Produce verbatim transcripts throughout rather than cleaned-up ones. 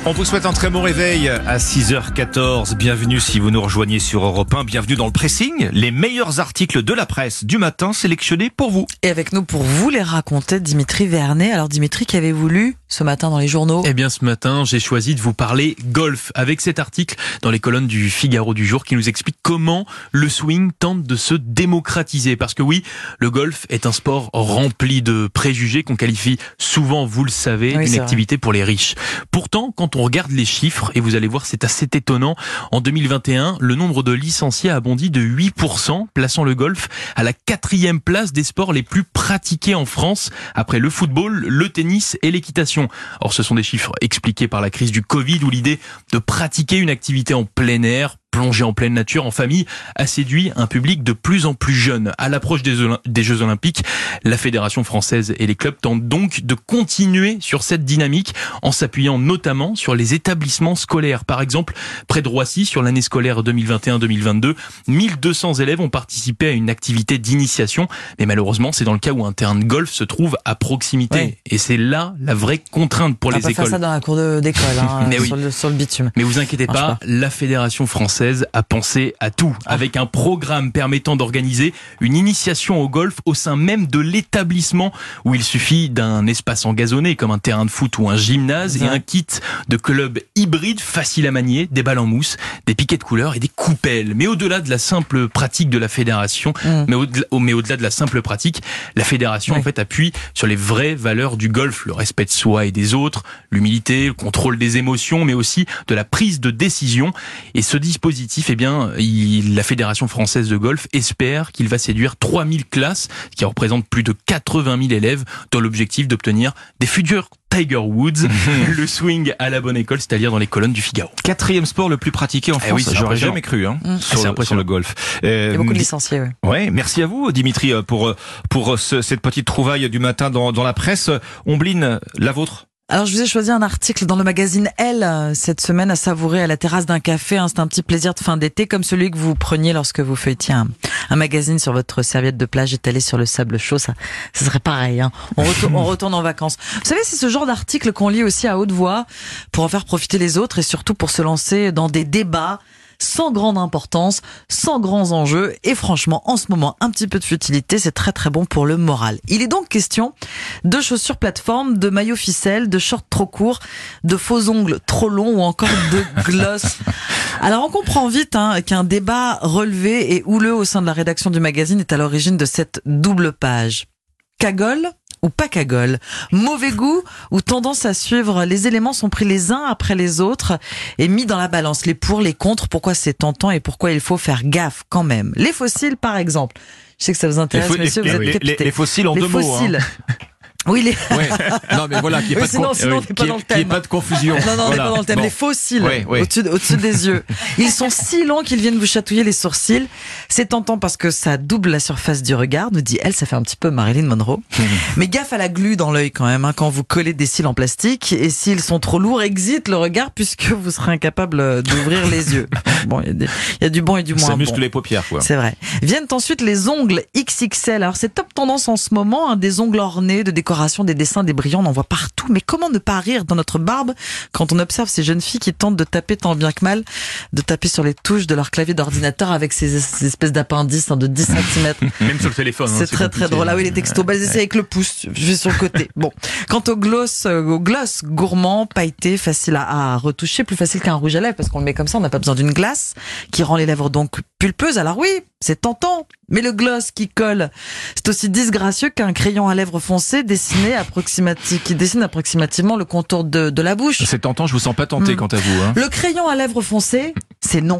On vous souhaite un très bon réveil à six heures quatorze. Bienvenue si vous nous rejoignez sur Europe un. Bienvenue dans le Pressing, les meilleurs articles de la presse du matin sélectionnés pour vous. Et avec nous pour vous les raconter, Dimitri Vernet. Alors Dimitri, qu'avez-vous lu ce matin dans les journaux ? Eh bien ce matin, j'ai choisi de vous parler golf avec cet article dans les colonnes du Figaro du jour qui nous explique comment le swing tente de se démocratiser. Parce que oui, le golf est un sport rempli de préjugés qu'on qualifie souvent, vous le savez, oui, d'une activité vrai. pour les riches. Pourtant, quand on regarde les chiffres, et vous allez voir, c'est assez étonnant, en deux mille vingt et un, le nombre de licenciés a bondi de huit pour cent, plaçant le golf à la quatrième place des sports les plus pratiqués en France, après le football, le tennis et l'équitation. Or, ce sont des chiffres expliqués par la crise du Covid, où l'idée de pratiquer une activité en plein air, plongée en pleine nature, en famille, a séduit un public de plus en plus jeune. À l'approche des, Olymp- des Jeux Olympiques, la Fédération française et les clubs tentent donc de continuer sur cette dynamique en s'appuyant notamment sur les établissements scolaires. Par exemple, près de Roissy, sur l'année scolaire deux mille vingt et un deux mille vingt-deux, mille deux cents élèves ont participé à une activité d'initiation. Mais malheureusement, c'est dans le cas où un terrain de golf se trouve à proximité. Oui. Et c'est là la vraie contrainte pour on les écoles. On va pas faire ça dans la cour de, d'école, hein, sur, oui. le, sur le bitume. Mais vous inquiétez pas, pas, la Fédération française a pensé à tout, avec un programme permettant d'organiser une initiation au golf au sein même de l'établissement, où il suffit d'un espace engazonné comme un terrain de foot ou un gymnase, ouais. et un kit de club hybride facile à manier, des balles en mousse, des piquets de couleurs et des coupelles. Mais au-delà de la simple pratique de la fédération, mmh. mais, au-delà, mais au-delà de la simple pratique, la fédération ouais. en fait appuie sur les vraies valeurs du golf, le respect de soi et des autres, l'humilité, le contrôle des émotions, mais aussi de la prise de décision. Et ce dispositif eh bien, il, la Fédération française de golf espère qu'il va séduire trois mille classes, ce qui représente plus de quatre-vingt mille élèves, dans l'objectif d'obtenir des futurs Tiger Woods, le swing à la bonne école, c'est-à-dire dans les colonnes du Figaro. Quatrième sport le plus pratiqué en France, eh oui, j'aurais jamais cru, hein, mmh. sur, le, sur le golf. Euh, Il y a beaucoup de licenciés, oui. Ouais, merci à vous, Dimitri, pour, pour ce, cette petite trouvaille du matin dans, dans la presse. Ombline, la vôtre? Alors, je vous ai choisi un article dans le magazine Elle cette semaine à savourer à la terrasse d'un café. Hein, c'est un petit plaisir de fin d'été, comme celui que vous preniez lorsque vous feuilletiez un, un magazine sur votre serviette de plage étalée sur le sable chaud. Ça, ça serait pareil. Hein. On, retourne, on retourne en vacances. Vous savez, c'est ce genre d'article qu'on lit aussi à haute voix pour en faire profiter les autres et surtout pour se lancer dans des débats sans grande importance, sans grands enjeux, et franchement, en ce moment, un petit peu de futilité, c'est très très bon pour le moral. Il est donc question de chaussures plateforme, de maillots ficelles, de shorts trop courts, de faux ongles trop longs ou encore de gloss. Alors on comprend vite hein, qu'un débat relevé et houleux au sein de la rédaction du magazine est à l'origine de cette double page. Cagole ou pas cagole, mauvais goût ou tendance à suivre, les éléments sont pris les uns après les autres et mis dans la balance, les pour, les contre, pourquoi c'est tentant et pourquoi il faut faire gaffe quand même. Les fossiles par exemple, je sais que ça vous intéresse les, messieurs, les, vous êtes les, les, les fossiles en les deux fossiles. mots. Hein. Oui, les... ouais. Non, mais voilà, qu'il n'y ait, oui, sinon, oui, pas dans le thème. Qu'il n'y ait pas de confusion. Non, non, on n'est voilà. pas dans le thème. Bon. Les fossiles, ouais, ouais. au-dessus, au-dessus des yeux. Ils sont si longs qu'ils viennent vous chatouiller les sourcils. C'est tentant parce que ça double la surface du regard, nous dit elle, ça fait un petit peu Marilyn Monroe. Mais gaffe à la glu dans l'œil quand même, hein, quand vous collez des cils en plastique. Et s'ils sont trop lourds, exit le regard puisque vous serez incapable d'ouvrir les yeux. Bon, il y, y a du bon et du moins ça muscle bon. les paupières, quoi. C'est vrai. Viennent ensuite les ongles X X L. Alors c'est top tendance en ce moment, hein, des ongles ornés, de décoration, des dessins, des brillants, on en voit partout. Mais comment ne pas rire dans notre barbe quand on observe ces jeunes filles qui tentent de taper tant bien que mal, de taper sur les touches de leur clavier d'ordinateur avec ces, ces espèces d'appendices hein, de dix centimètres. Même sur le téléphone. C'est, hein, c'est très compliqué. très drôle. Ah oui, les textos, bah, c'est avec le pouce, je vais sur le côté. Bon. Quant au gloss, euh, au gloss gourmand, pailleté, facile à, à retoucher, plus facile qu'un rouge à lèvres parce qu'on le met comme ça, on n'a pas besoin d'une glace qui rend les lèvres donc pulpeuses. Alors oui, c'est tentant. Mais le gloss qui colle, c'est aussi disgracieux qu'un crayon à lèvres foncé dessiné approximatif, qui dessine approximativement le contour de, de la bouche. C'est tentant, je vous sens pas tenté mmh. quant à vous. Hein. Le crayon à lèvres foncé, c'est non.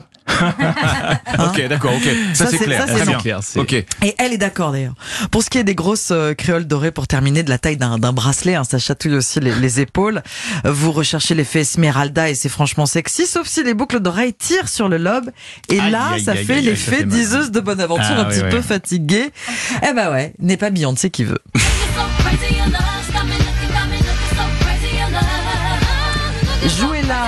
hein ok, d'accord, ok. Ça, ça c'est, c'est clair. Ça, c'est Très bien. Clair, c'est... Okay. Et elle est d'accord d'ailleurs. Pour ce qui est des grosses euh, créoles dorées, pour terminer, de la taille d'un, d'un bracelet, hein, ça chatouille aussi les, les épaules. Vous recherchez l'effet Esmeralda et c'est franchement sexy, sauf si les boucles d'oreilles tirent sur le lobe. Et aïe, là, aïe, ça aïe, fait aïe, l'effet diseuse de bonne aventure, ah, un oui, petit oui. peu fatiguée. Eh ben ouais, n'est pas Beyoncé qui veut. Jouez là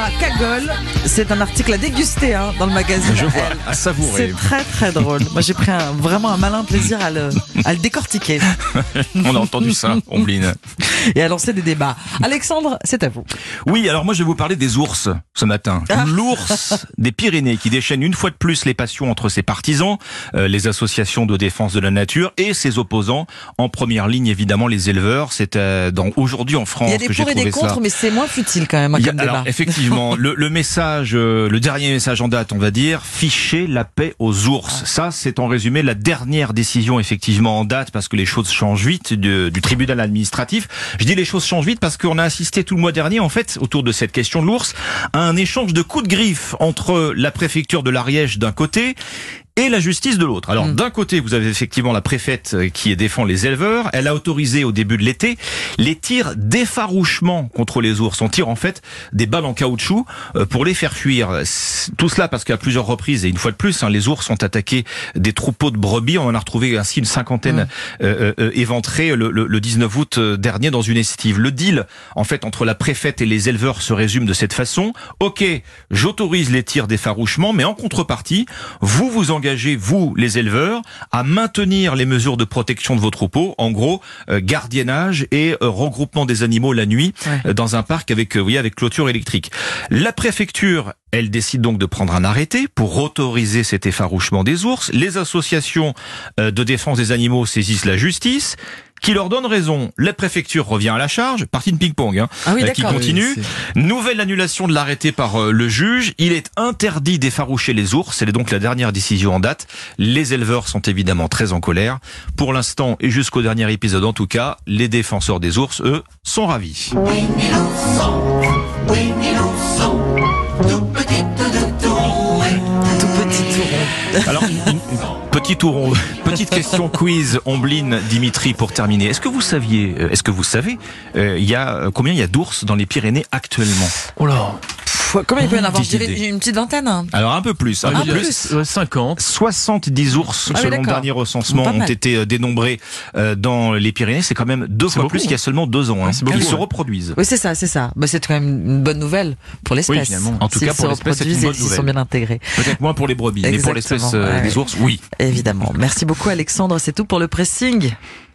cagole, c'est un article à déguster hein, dans le magazine. Je vois, Elle. à savourer. C'est très très drôle. Moi j'ai pris un, vraiment un malin plaisir à le, à le décortiquer. On a entendu ça, Ombline. Et à lancer des débats. Alexandre, c'est à vous. Oui, alors moi je vais vous parler des ours ce matin. Ah. L'ours des Pyrénées qui déchaîne une fois de plus les passions entre ses partisans, euh, les associations de défense de la nature et ses opposants. En première ligne évidemment les éleveurs. C'est euh, dans aujourd'hui en France Il y a des que j'ai pour et trouvé des contre, ça. mais c'est moins futile quand même hein, Il y a- comme alors débat. effectivement, le, le message, euh, le dernier message en date, on va dire, fichez la paix aux ours. Ça, c'est en résumé la dernière décision effectivement en date parce que les choses changent vite de- du tribunal administratif. Je dis les choses changent vite parce qu'on a assisté tout le mois dernier, en fait, autour de cette question de l'ours, à un échange de coups de griffe entre la préfecture de l'Ariège d'un côté et la justice de l'autre. Alors, Mm. d'un côté, vous avez effectivement la préfète euh, qui défend les éleveurs. Elle a autorisé au début de l'été les tirs d'effarouchement contre les ours. On tire en fait des balles en caoutchouc euh, pour les faire fuir. C'est- Tout cela parce qu'à plusieurs reprises, et une fois de plus, hein, les ours ont attaqué des troupeaux de brebis. On en a retrouvé ainsi une cinquantaine Mm. euh, euh, éventrés le, le, le dix-neuf août dernier dans une estive. Le deal, en fait, entre la préfète et les éleveurs se résume de cette façon. Ok, j'autorise les tirs d'effarouchement, mais en contrepartie, vous vous engagez vous, les éleveurs, à maintenir les mesures de protection de vos troupeaux, en gros, euh, gardiennage et euh, regroupement des animaux la nuit Ouais. euh, dans un parc avec, euh, vous voyez, avec clôture électrique. La préfecture, elle décide donc de prendre un arrêté pour autoriser cet effarouchement des ours. Les associations euh, de défense des animaux saisissent la justice, qui leur donne raison. La préfecture revient à la charge, partie de ping-pong, hein, Ah oui, euh, qui d'accord. continue. Nouvelle annulation de l'arrêté par euh, le juge. Il est interdit d'effaroucher les ours. C'est donc la dernière décision en date. Les éleveurs sont évidemment très en colère. Pour l'instant, et jusqu'au dernier épisode en tout cas, les défenseurs des ours, eux, sont ravis. Winnie l'ourson, Winnie l'ourson, tout petit, tout, tout, tout rond. Tout petit touron. Alors, une- une petit tour, petite question quiz, Ombline, Dimitri, pour terminer. Est-ce que vous saviez, euh, est-ce que vous savez, euh, il y a euh, combien il y a d'ours dans les Pyrénées actuellement? Oh là. Pff, combien il peut y en avoir? Je Petite dirais idée. une petite vingtaine. hein. Alors un peu plus, un Ah, peu plus. plus. Ouais, cinquante. soixante-dix ours, Ah oui, selon le d'accord. dernier recensement, Pas ont mal. été euh, dénombrés euh, dans les Pyrénées. C'est quand même deux C'est fois beaucoup, plus qu'il y a seulement deux ans. Hein. Ouais, c'est beaucoup, Ils se ouais. reproduisent. Oui, c'est ça, c'est ça. Bah, c'est quand même une bonne nouvelle pour l'espèce. Oui, finalement. En tout S'ils cas, pour se l'espèce, c'est une reproduisent bonne et s'ils sont nouvelle. bien intégrés. Peut-être moins pour les brebis, mais pour Exactement. l'espèce euh, Ouais, des ouais. ours, oui. Évidemment. Merci beaucoup, Alexandre. C'est tout pour le pressing.